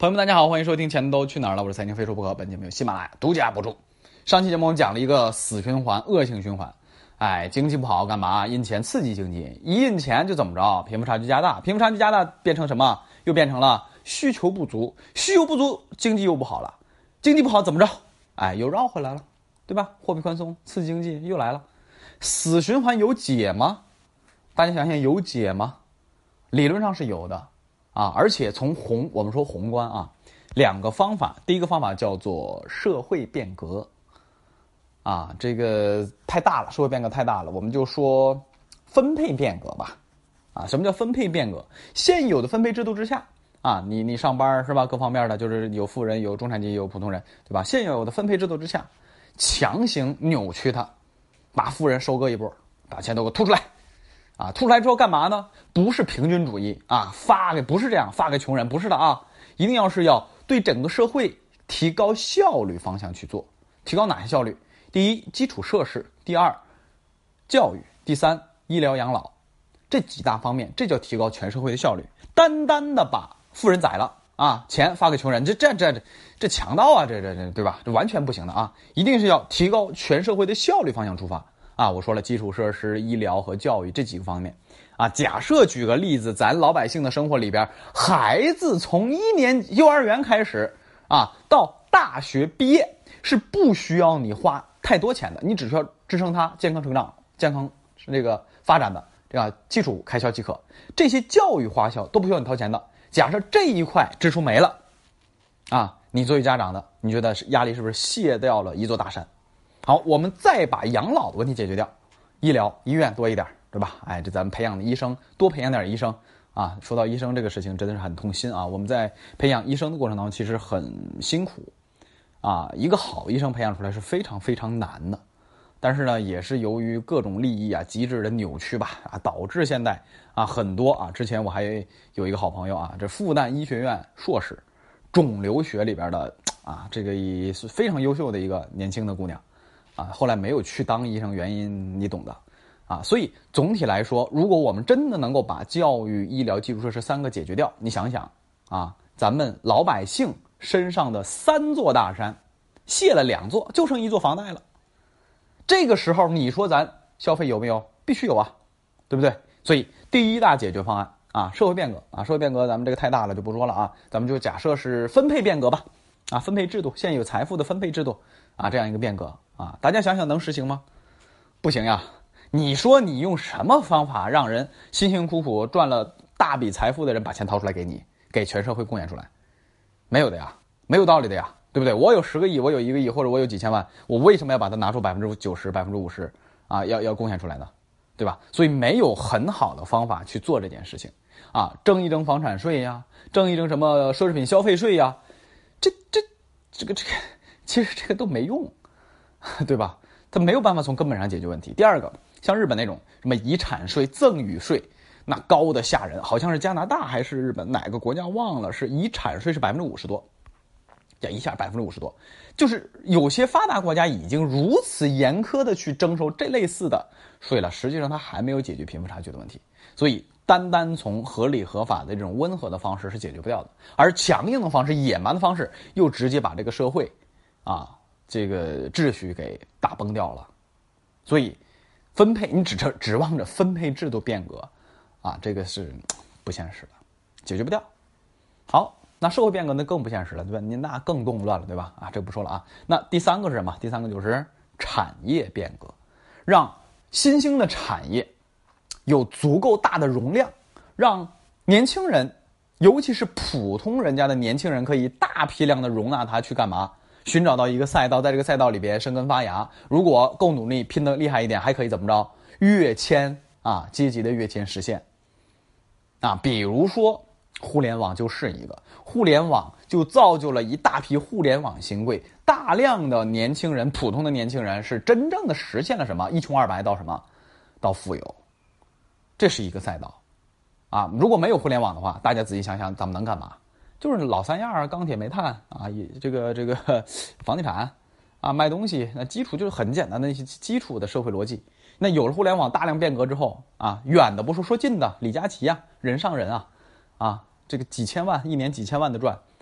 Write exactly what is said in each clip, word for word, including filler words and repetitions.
朋友们大家好，欢迎收听钱都去哪儿了，我是财经非说不可，本节目由喜马拉雅独家播出。上期节目我们讲了一个死循环，恶性循环。哎，经济不好干嘛？印钱刺激经济，一印钱就怎么着？贫富差距加大，贫富差距加大变成什么？又变成了需求不足，需求不足，经济又不好了，经济不好怎么着？哎，又绕回来了，对吧？货币宽松刺激经济又来了，死循环有解吗？大家想想有解吗？理论上是有的啊，而且从宏我们说宏观啊，两个方法，第一个方法叫做社会变革。啊，这个太大了，社会变革太大了，我们就说分配变革吧。啊，什么叫分配变革？现有的分配制度之下，啊，你你上班是吧？各方面的，就是有富人，有中产阶级，有普通人，对吧？现有的分配制度之下，强行扭曲它，把富人收割一波，把钱都给我吐出来。啊，吐出来之后干嘛呢？不是平均主义啊，发给不是这样，发给穷人，不是的啊，一定要是要对整个社会提高效率方向去做，提高哪些效率？第一，基础设施；第二，教育；第三，医疗养老，这几大方面，这叫提高全社会的效率。单单的把富人宰了啊，钱发给穷人，这这这这这强盗啊，这这这对吧？这完全不行的啊！一定是要提高全社会的效率方向出发啊！我说了，基础设施、医疗和教育这几个方面啊。假设举个例子，咱老百姓的生活里边，孩子从一年幼儿园开始啊，到大学毕业，是不需要你花太多钱的，你只需要支撑他健康成长、健康这个发展的这个基础开销即可。这些教育花销都不需要你掏钱的。假设这一块支出没了，啊，你作为家长的，你觉得是压力是不是卸掉了一座大山？好，我们再把养老的问题解决掉，医疗医院多一点，对吧？哎，这咱们培养的医生多培养点医生啊。说到医生这个事情，真的是很痛心啊。我们在培养医生的过程当中，其实很辛苦。啊，一个好医生培养出来是非常非常难的，但是呢，也是由于各种利益啊、机制的扭曲吧，啊，导致现在啊很多啊，之前我还有一个好朋友啊，这复旦医学院硕士，肿瘤学里边的啊，这个也是非常优秀的一个年轻的姑娘，啊，后来没有去当医生，原因你懂的，啊，所以总体来说，如果我们真的能够把教育、医疗、基础设施三个解决掉，你想想啊，咱们老百姓身上的三座大山卸了两座，就剩一座房贷了。这个时候你说咱消费有没有？必须有啊，对不对？所以第一大解决方案啊，社会变革啊，社会变革咱们这个太大了就不说了啊，咱们就假设是分配变革吧，啊，分配制度，现有财富的分配制度啊，这样一个变革啊，大家想想能实行吗？不行呀！你说你用什么方法让人辛辛苦苦赚了大笔财富的人把钱掏出来给你，给全社会贡献出来？没有的呀，没有道理的呀，对不对？我有十个亿，我有一个亿，或者我有几千万，我为什么要把它拿出百分之九十、百分之五十啊？要要贡献出来呢，对吧？所以没有很好的方法去做这件事情啊，征一征房产税呀，征一征什么奢侈品消费税呀，这这这个这个，其实这个都没用，对吧？它没有办法从根本上解决问题。第二个，像日本那种什么遗产税、赠与税。那高的吓人，好像是加拿大还是日本哪个国家忘了，是遗产税是百分之五十多，呀一下百分之五十多，就是有些发达国家已经如此严苛的去征收这类似的税了，实际上它还没有解决贫富差距的问题，所以单单从合理合法的这种温和的方式是解决不掉的，而强硬的方式、野蛮的方式又直接把这个社会啊这个秩序给打崩掉了，所以分配你只指望着分配制度变革。啊，这个是不现实的，解决不掉。好，那社会变革那更不现实了，对吧？你那更动乱了，对吧？啊，这不说了啊。那第三个是什么？第三个就是产业变革，让新兴的产业有足够大的容量，让年轻人，尤其是普通人家的年轻人，可以大批量的容纳它去干嘛？寻找到一个赛道，在这个赛道里边生根发芽。如果够努力，拼得厉害一点，还可以怎么着？跃迁啊，阶级的跃迁实现。啊，比如说互联网就是一个，互联网就造就了一大批互联网新贵，大量的年轻人，普通的年轻人是真正的实现了什么？一穷二白到什么？到富有，这是一个赛道，啊，如果没有互联网的话，大家仔细想想，咱们能干嘛？就是老三样，钢铁、煤炭啊，这个这个房地产啊，卖东西，那基础就是很简单的一些基础的社会逻辑。那有了互联网大量变革之后啊，远的不说，说近的，李佳琦啊，人上人啊，啊，这个几千万一年几千万的赚，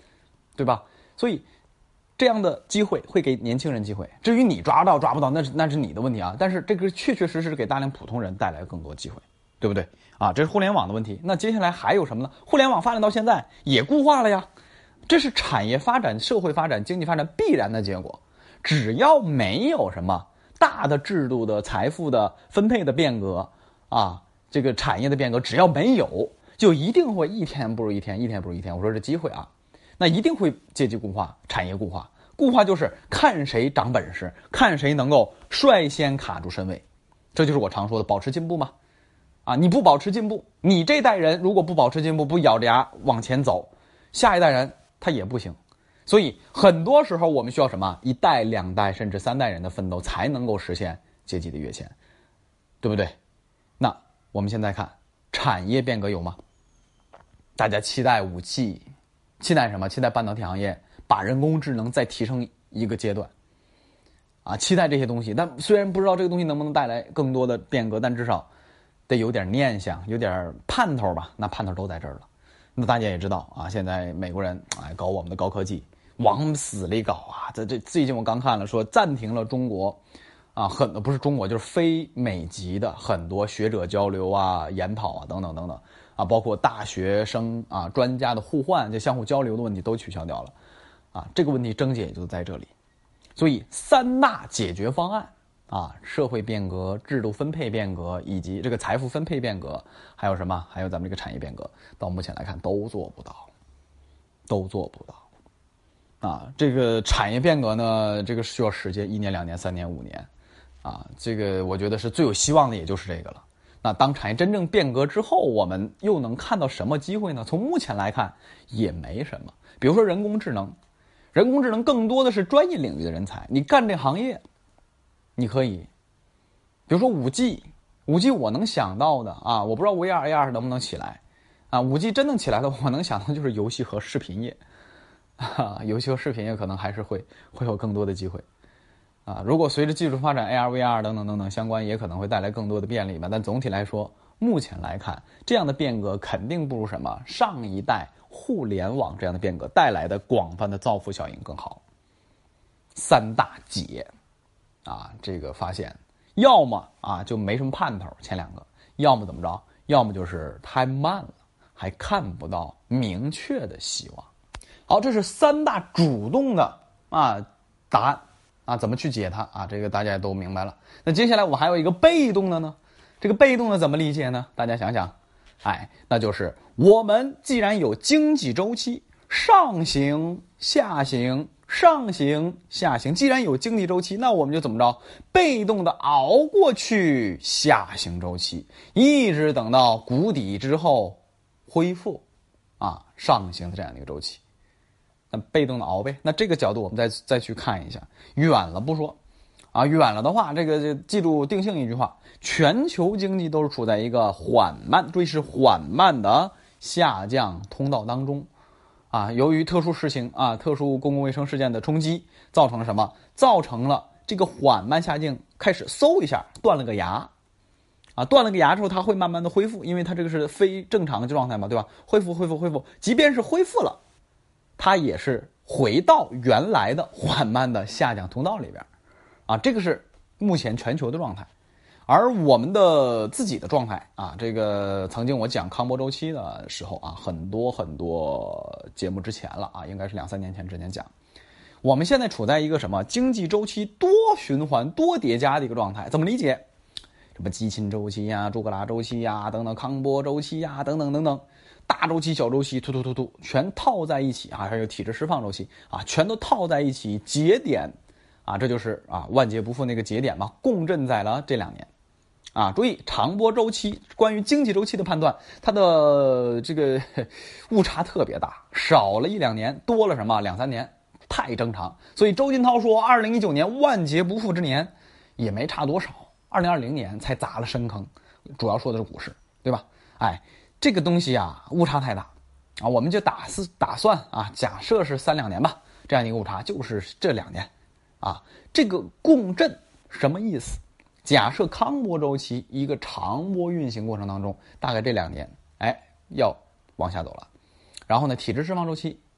对吧？所以这样的机会会给年轻人机会，至于你抓到抓不到，那是那是你的问题啊。但是这个确确实实给大量普通人带来更多机会，对不对啊？这是互联网的问题。那接下来还有什么呢？互联网发展到现在也固化了呀，这是产业发展、社会发展、经济发展必然的结果。只要没有什么大的制度的财富的分配的变革啊，这个产业的变革，只要没有，就一定会一天不如一天，一天不如一天。我说这机会啊，那一定会阶级固化、产业固化。固化就是看谁长本事，看谁能够率先卡住身位，这就是我常说的保持进步嘛。啊，你不保持进步，你这代人如果不保持进步，不咬着牙往前走，下一代人他也不行。所以很多时候我们需要什么？一代、两代甚至三代人的奋斗，才能够实现阶级的跃迁，对不对？那我们现在看产业变革有吗？大家期待五 G， 期待什么？期待半导体行业把人工智能再提升一个阶段啊，期待这些东西。但虽然不知道这个东西能不能带来更多的变革，但至少得有点念想，有点盼头吧。那盼头都在这儿了。那大家也知道啊，现在美国人哎搞我们的高科技往死里搞啊！这这最近我刚看了，说暂停了中国啊，很不是中国就是非美籍的很多学者交流啊、研讨啊等等等等啊，包括大学生啊、专家的互换、这相互交流的问题都取消掉了啊。这个问题症结也就在这里。所以三大解决方案啊，社会变革、制度分配变革以及这个财富分配变革，还有什么？还有咱们这个产业变革，到目前来看都做不到，都做不到。啊，这个产业变革呢，这个需要时间，一年、两年、三年、五年，啊，这个我觉得是最有希望的，也就是这个了。那当产业真正变革之后，我们又能看到什么机会呢？从目前来看，也没什么。比如说人工智能，人工智能更多的是专业领域的人才，你干这行业，你可以。比如说五 G， 五 G 我能想到的啊，我不知道 V R A R 能不能起来，啊，五 G 真正起来的，我能想到就是游戏和视频业。啊，游戏和视频也可能还是会会有更多的机会，啊，如果随着技术发展 A R、V R 等等等等相关，也可能会带来更多的便利吧。但总体来说，目前来看，这样的变革肯定不如什么上一代互联网这样的变革带来的广泛的造福效应更好。三大解，啊，这个发现，要么啊就没什么盼头，前两个，要么怎么着，要么就是太慢了，还看不到明确的希望。好，这是三大主动的啊答案啊，怎么去解它啊？这个大家都明白了。那接下来我们还有一个被动的呢，这个被动的怎么理解呢？大家想想，哎，那就是我们既然有经济周期，上行下行，上行下行，既然有经济周期，那我们就怎么着？被动的熬过去下行周期，一直等到谷底之后恢复啊上行的这样的一个周期。那被动的熬呗，那这个角度我们再再去看一下，远了不说，啊，远了的话，这个这记住定性一句话：全球经济都是处在一个缓慢，注意是缓慢的下降通道当中，啊，由于特殊事情啊，特殊公共卫生事件的冲击，造成了什么？造成了这个缓慢下降开始嗖一下断了个牙，啊，断了个牙之后，它会慢慢的恢复，因为它这个是非正常的状态嘛，对吧？恢复恢复恢复，即便是恢复了。它也是回到原来的缓慢的下降通道里边，啊，这个是目前全球的状态，而我们的自己的状态啊，这个曾经我讲康波周期的时候啊，很多很多节目之前了啊，应该是两三年前之前讲，我们现在处在一个什么经济周期多循环多叠加的一个状态，怎么理解？什么基钦周期呀、朱格拉周期呀、等等，康波周期呀，等等等等。大周期、小周期，突突突突，全套在一起啊！还有体质释放周期啊，全都套在一起，节点啊，这就是啊万劫不复那个节点嘛，共振在了这两年啊。注意长波周期，关于经济周期的判断，它的这个误差特别大，少了一两年，多了什么两三年，太正常。所以周金涛说，二零一九年万劫不复之年，也没差多少。二零二零年才砸了深坑，主要说的是股市，对吧？哎。这个东西啊，误差太大啊，我们就打是打算啊，假设是三两年吧，这样一个误差就是这两年啊。这个共振什么意思？假设康波周期一个长波运行过程当中，大概这两年，哎，要往下走了。然后呢，体质释放周期，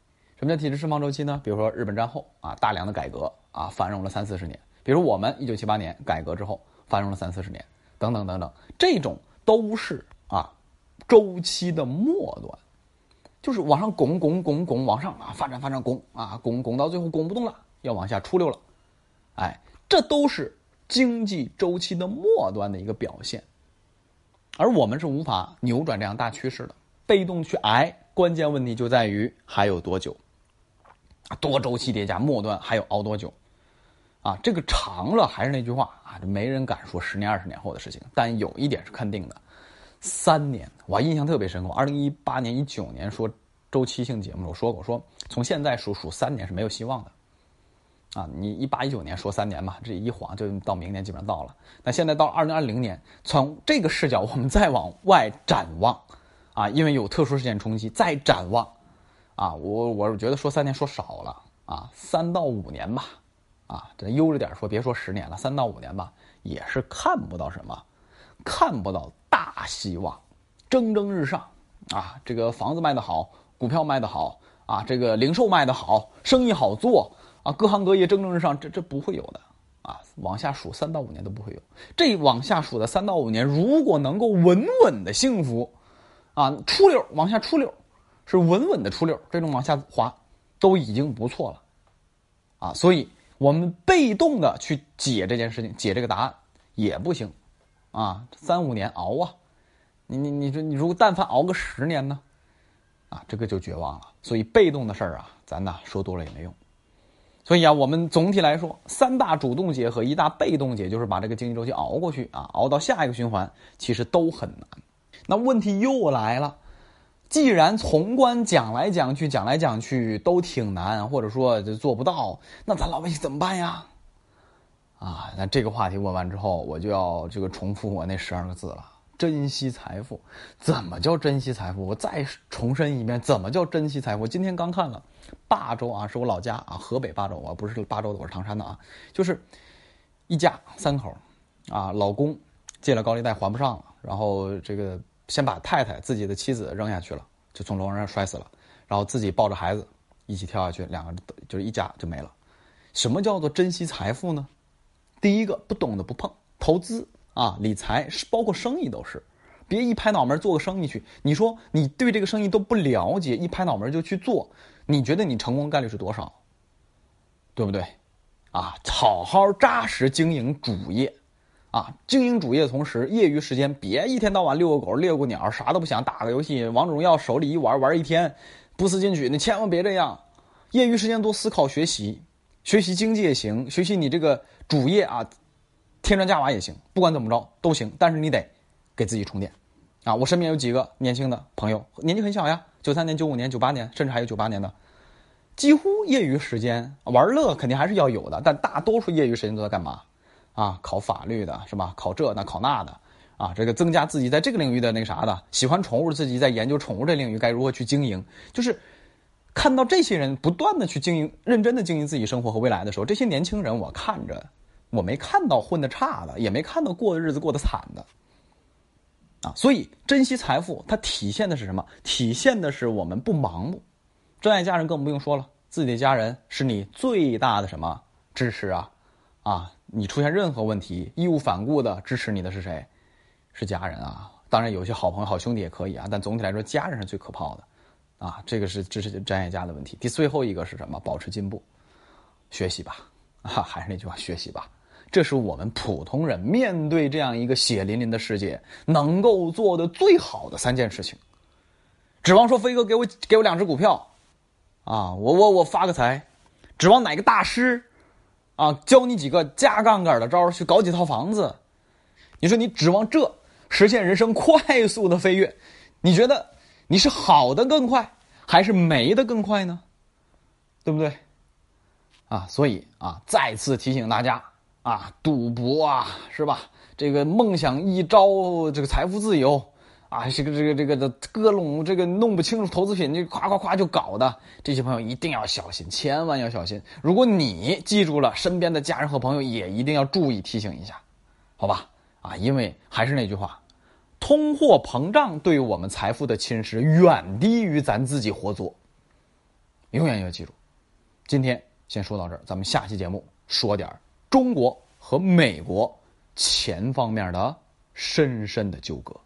什么叫体制释放周期呢？比如说日本战后啊，大量的改革啊，繁荣了三四十年。比如我们一九七八年改革之后，繁荣了三四十年，等等等等，这种都是啊周期的末端，就是往上拱拱拱拱往上啊，发展发展拱啊，拱拱到最后拱不动了，要往下出溜了，哎，这都是经济周期的末端的一个表现。而我们是无法扭转这样大趋势的，被动去挨，关键问题就在于还有多久啊？多周期叠加，末端还有熬多久啊？这个长了，还是那句话啊，没人敢说十年二十年后的事情，但有一点是肯定的，三年，我印象特别深刻。二零一八年、一九年说周期性节目，我说过，说从现在数数三年是没有希望的。啊，你一八一九年说三年嘛，这一晃就到明年基本上到了。那现在到二零二零年，从这个视角我们再往外展望，啊，因为有特殊事件冲击，再展望，啊，我我是觉得说三年说少了啊，三到五年吧，啊，这悠着点说，别说十年了，三到五年吧，也是看不到什么，看不到大希望，蒸蒸日上啊，这个房子卖得好，股票卖得好啊，这个零售卖得好，生意好做。啊，各行各业蒸蒸日上，这这不会有的啊！往下数三到五年都不会有。这往下数的三到五年，如果能够稳稳的幸福，啊，出溜往下出溜，是稳稳的出溜，这种往下滑都已经不错了，啊！所以我们被动的去解这件事情，解这个答案也不行，啊，三五年熬啊，你你你说你如果但凡熬个十年呢，啊，这个就绝望了。所以被动的事儿啊，咱呐说多了也没用。所以啊，我们总体来说，三大主动解和一大被动解，就是把这个经济周期熬过去啊，熬到下一个循环，其实都很难。那问题又来了，既然宏观讲来讲去，讲来讲去都挺难，或者说就做不到，那咱老百姓怎么办呀？啊，那这个话题问完之后，我就要这个重复我那十二个字了。珍惜财富，怎么叫珍惜财富？我再重申一遍，怎么叫珍惜财富？今天刚看了霸州啊，是我老家啊，河北霸州啊，不是霸州的，我是唐山的啊，就是一家三口啊，老公借了高利贷还不上了，然后这个先把太太自己的妻子扔下去了，就从楼上摔死了，然后自己抱着孩子一起跳下去，两个就是一家就没了。什么叫做珍惜财富呢？第一个，不懂得不碰，投资啊，理财是包括生意都是，别一拍脑门做个生意去。你说你对这个生意都不了解，一拍脑门就去做，你觉得你成功概率是多少？对不对？啊，好好扎实经营主业，啊，经营主业的同时，业余时间别一天到晚遛个狗、遛个鸟，啥都不想，打个游戏，王者荣耀手里一玩玩一天，不思进取，你千万别这样。业余时间多思考学习，学习经济也行，学习你这个主业啊。添砖加瓦也行，不管怎么着都行，但是你得给自己充电啊！我身边有几个年轻的朋友，年纪很小呀，九三年、九五年、九八年，甚至还有九八年的，几乎业余时间玩乐肯定还是要有的，但大多数业余时间都在干嘛？啊，考法律的是吧？考这那考那的啊，这个增加自己在这个领域的那个啥的，喜欢宠物，自己在研究宠物这领域该如何去经营，就是看到这些人不断的去经营，认真的经营自己生活和未来的时候，这些年轻人我看着。我没看到混得差的，也没看到过的日子过得惨的，啊，所以珍惜财富，它体现的是什么？体现的是我们不盲目，真爱家人更不用说了，自己的家人是你最大的什么支持啊？啊，你出现任何问题，义无反顾的支持你的是谁？是家人啊。当然有些好朋友、好兄弟也可以啊，但总体来说，家人是最可靠的，啊，这个是支持真爱家的问题。第最后一个是什么？保持进步，学习吧，啊，还是那句话，学习吧。这是我们普通人面对这样一个血淋淋的世界能够做的最好的三件事情。指望说飞哥给我给我两只股票啊，我我我发个财，指望哪个大师啊教你几个加杠杆的招去搞几套房子，你说你指望这实现人生快速的飞跃，你觉得你是好的更快还是没的更快呢？对不对啊？所以啊，再次提醒大家啊，赌博啊，是吧？这个梦想一朝这个财富自由啊，这个这个这个的各种这个弄不清楚投资品，就夸夸夸就搞的，这些朋友一定要小心，千万要小心。如果你记住了，身边的家人和朋友也一定要注意提醒一下，好吧？啊，因为还是那句话，通货膨胀对我们财富的侵蚀远低于咱自己活作， 永远要记住。今天先说到这儿，咱们下期节目说点中国和美国钱方面的深深的纠葛。